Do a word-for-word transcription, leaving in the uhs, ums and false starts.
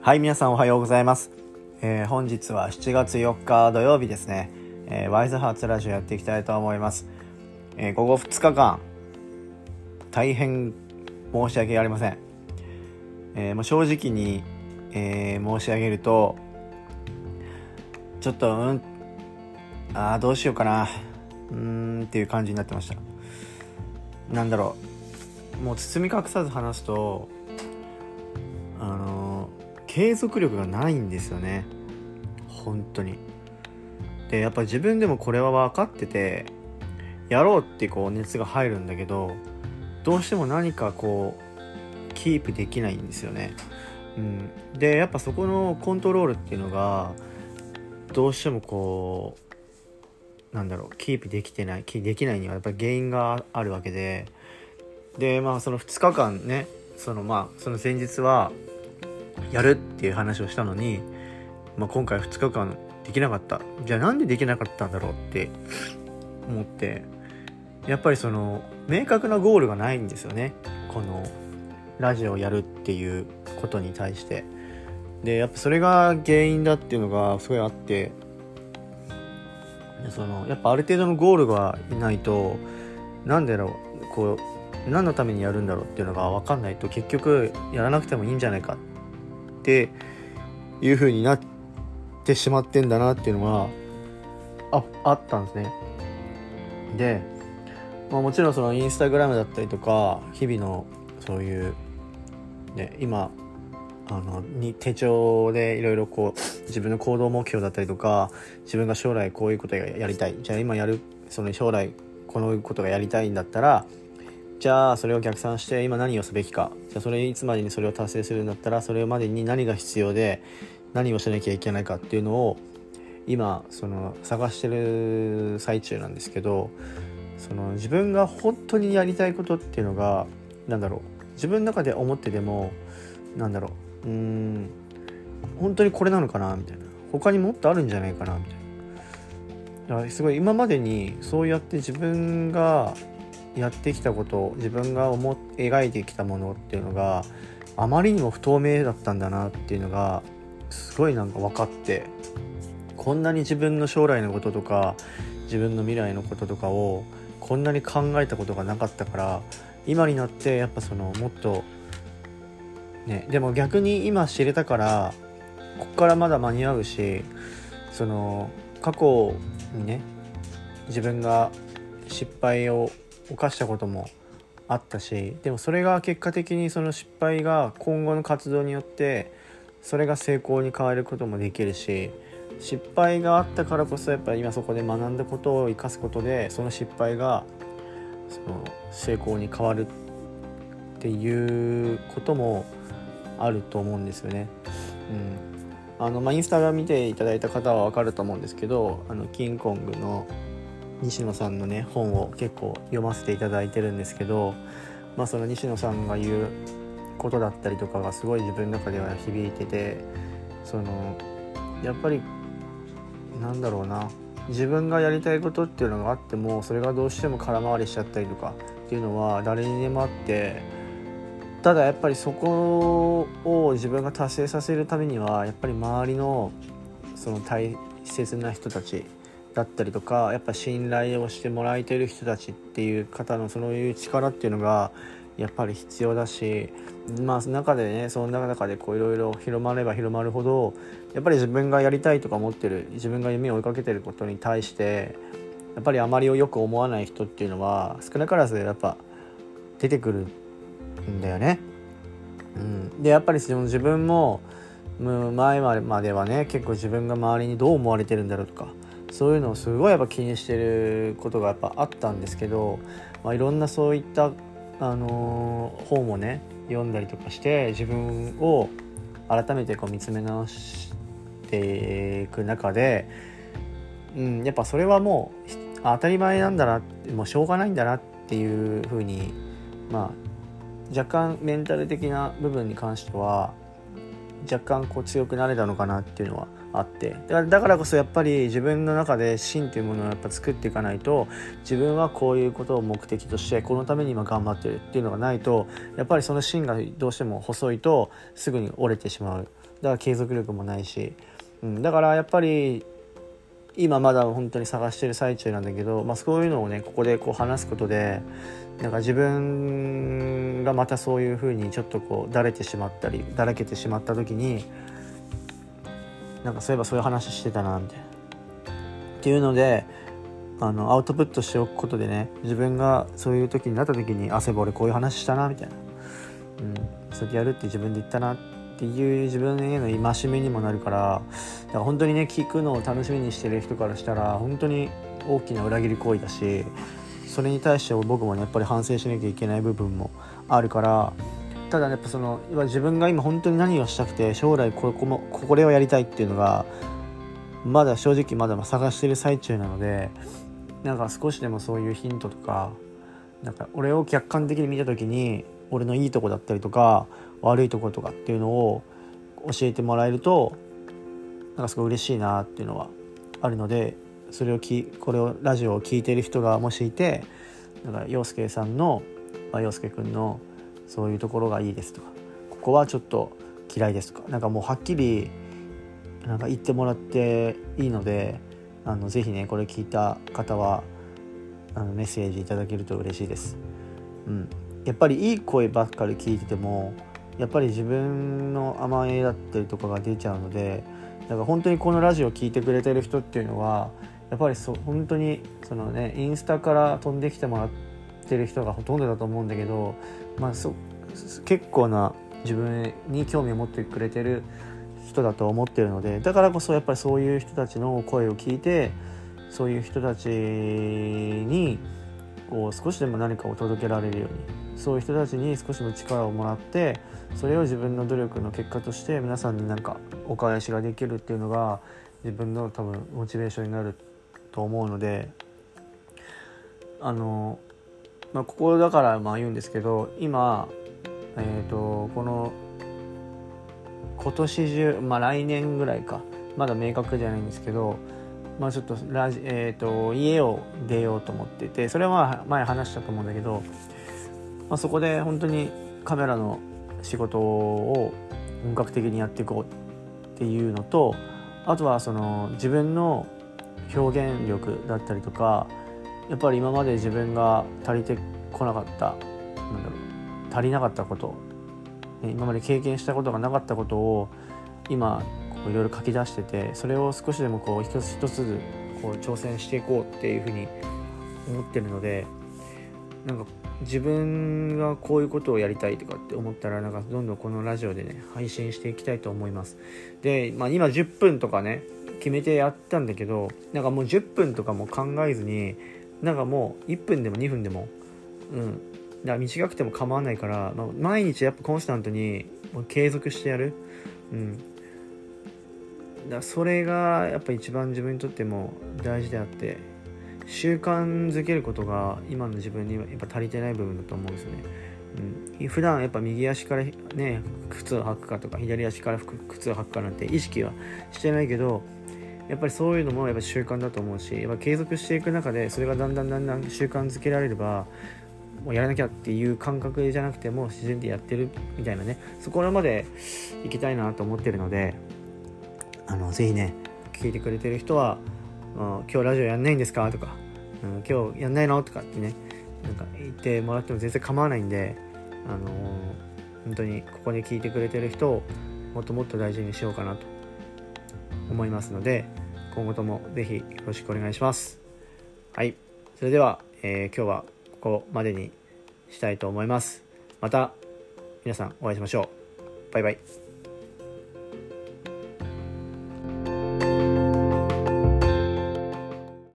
はい、皆さんおはようございます。えー、本日はしちがつよっか土曜日ですね。えー、ワイズハーツラジオやっていきたいと思います。えー、午後ふつかかん大変申し訳ありません。えー、もう正直に、えー、申し上げるとちょっとうんあーどうしようかなうーんっていう感じになってました。なんだろうもう包み隠さず話すとあのー、継続力がないんですよね、本当に。でやっぱ自分でもこれは分かっててやろうってこう熱が入るんだけど、どうしても何かこうキープできないんですよね。うん、でやっぱそこのコントロールっていうのがどうしてもこうなんだろうキープできてないできないにはやっぱり原因があるわけで、でまあそのふつかかんね、そのまあその前日はやるっていう話をしたのに、まあ、今回ふつかかんできなかった。じゃあなんでできなかったんだろうって思って、やっぱりその明確なゴールがないんですよね、このラジオをやるっていうことに対して。でやっぱそれが原因だっていうのがすごいあって、そのやっぱある程度のゴールがいないと、なんでだろうこう何のためにやるんだろうっていうのが分かんないと、結局やらなくてもいいんじゃないかっていう風になってしまってんだなっていうのが あ, あったんですね。で、まあ、もちろんそのインスタグラムだったりとか日々のそういう、ね、今あのに手帳でいろいろこう自分の行動目標だったりとか、自分が将来こういうことがやりたい、じゃあ今やるその将来このことがやりたいんだったら、じゃあそれを逆算して今何をすべきか、じゃあそれいつまでにそれを達成するんだったらそれまでに何が必要で何をしなきゃいけないかっていうのを今その探してる最中なんですけど、その自分が本当にやりたいことっていうのがなんだろう自分の中で思っててもなんだろううーん本当にこれなのかなみたいな、他にもっとあるんじゃないかなみたいな。だからすごい今までにそうやって自分がやってきたこと、自分が思描いてきたものっていうのがあまりにも不透明だったんだなっていうのがすごいなんか分かって、こんなに自分の将来のこととか自分の未来のこととかをこんなに考えたことがなかったから、今になってやっぱそのもっとね、でも逆に今知れたからここからまだ間に合うし、その過去にね自分が失敗を犯したこともあったし、でもそれが結果的にその失敗が今後の活動によってそれが成功に変わることもできるし、失敗があったからこそやっぱり今そこで学んだことを生かすことでその失敗がその成功に変わるっていうこともあると思うんですよね。うん、あのまあインスタが見ていただいた方は分かると思うんですけど、あのキンコングの西野さんのね本を結構読ませていただいてるんですけど、まあその西野さんが言うことだったりとかがすごい自分の中では響いてて、そのやっぱりなんだろうな自分がやりたいことっていうのがあってもそれがどうしても空回りしちゃったりとかっていうのは誰にでもあって、ただやっぱりそこを自分が達成させるためにはやっぱり周りのその大切な人たちだったりとか、やっぱ信頼をしてもらえてる人たちっていう方のそういう力っていうのがやっぱり必要だし、まあ中でねその中でこういろいろ広まれば広まるほどやっぱり自分がやりたいとか思ってる、自分が夢を追いかけてることに対してやっぱりあまりよく思わない人っていうのは少なからずやっぱ出てくるんだよね。うん、でやっぱりその自分も前まではね結構自分が周りにどう思われてるんだろうとかそういうのをすごいやっぱ気にしてることがやっぱあったんですけど、まあ、いろんなそういった、あのー、本をね読んだりとかして自分を改めてこう見つめ直していく中で、うん、やっぱそれはもう当たり前なんだな、もうしょうがないんだなっていう風に、まあ若干メンタル的な部分に関しては若干こう強くなれたのかなっていうのはあって、だから、だからこそやっぱり自分の中で芯というものをやっぱ作っていかないと、自分はこういうことを目的としてこのために今頑張ってるっていうのがないと、やっぱりその芯がどうしても細いとすぐに折れてしまうだから継続力もないし、うん、だからやっぱり今まだ本当に探してる最中なんだけど、まあ、そういうのをねここでこう話すことでなんか自分がまたそういう風にちょっとこうだれてしまったりだらけてしまった時になんかそういえばそういう話してたなみたいなっていうのであのアウトプットしておくことでね自分がそういう時になった時にあそういえば俺こういう話したなみたいな、うん、そうやってやるって自分で言ったなっていう自分への戒めにもなるから、だから本当にね聞くのを楽しみにしてる人からしたら本当に大きな裏切り行為だし、それに対して僕もねやっぱり反省しなきゃいけない部分もあるから、ただねやっぱその自分が今本当に何をしたくて将来ここもこれをやりたいっていうのがまだ正直まだ探してる最中なので、なんか少しでもそういうヒントとかなんか俺を客観的に見た時に俺のいいとこだったりとか悪いところとかっていうのを教えてもらえるとなんかすごい嬉しいなっていうのはあるので、それをきこれをラジオを聞いている人がもしいてなんか陽介さんの、まあ、陽介くんのそういうところがいいですとかここはちょっと嫌いですとかなんかもうはっきりなんか言ってもらっていいので、あのぜひねこれ聞いた方はあのメッセージいただけると嬉しいです、うん、やっぱりいい声ばっかり聞いててもやっぱり自分の甘えだったりとかが出ちゃうので、だから本当にこのラジオ聞いてくれてる人っていうのはやっぱりそ本当にそのねインスタから飛んできてもらってる人がほとんどだと思うんだけど、まあ、そ結構な自分に興味を持ってくれてる人だと思ってるので、だからこそやっぱりそういう人たちの声を聞いてそういう人たちにこう少しでも何かを届けられるように、そういう人たちに少しの力をもらってそれを自分の努力の結果として皆さんに何かお返しができるっていうのが自分の多分モチベーションになると思うので、あの、まあ、ここだからまあ言うんですけど今、えーと、この今年中、まあ、来年ぐらいかまだ明確じゃないんですけど、まあ、ちょっとラジ、えーと、家を出ようと思っていて、それは前話したと思うんだけど、まあ、そこで本当にカメラの仕事を本格的にやっていこうっていうのと、あとはその自分の表現力だったりとかやっぱり今まで自分が足りてこなかったなんだろう足りなかったこと今まで経験したことがなかったことを今いろいろ書き出してて、それを少しでもこう一つ一つこう挑戦していこうっていうふうに思ってるので、なんか自分がこういうことをやりたいとかって思ったらなんかどんどんこのラジオでね配信していきたいと思います。で、まあ、今じゅっぷんとかね決めてやったんだけど、なんかもうじゅっぷんとかも考えずになんかもういっぷんでもにふんでもうんだから短くても構わないから、まあ、毎日やっぱコンスタントにもう継続してやる、うん、だからそれがやっぱ一番自分にとっても大事であって習慣づけることが今の自分にはやっぱ足りてない部分だと思うんですよね、うん、普段やっぱ右足からね靴を履くかとか左足から靴を履くかなんて意識はしてないけどやっぱりそういうのもやっぱ習慣だと思うし、やっぱ継続していく中でそれがだんだんだんだん習慣づけられればもうやらなきゃっていう感覚じゃなくても自然でやってるみたいなね、そこらまで行きたいなと思ってるので、あのぜひね聞いてくれてる人は、うん、今日ラジオやんないんですかとか、うん、今日やんないのとかってねなんか言ってもらっても全然構わないんで、あのー、本当にここに聞いてくれてる人をもっともっと大事にしようかなと思いますので、今後ともぜひよろしくお願いします。はい、それでは、えー、今日はここまでにしたいと思います。また皆さんお会いしましょう。バイバイ。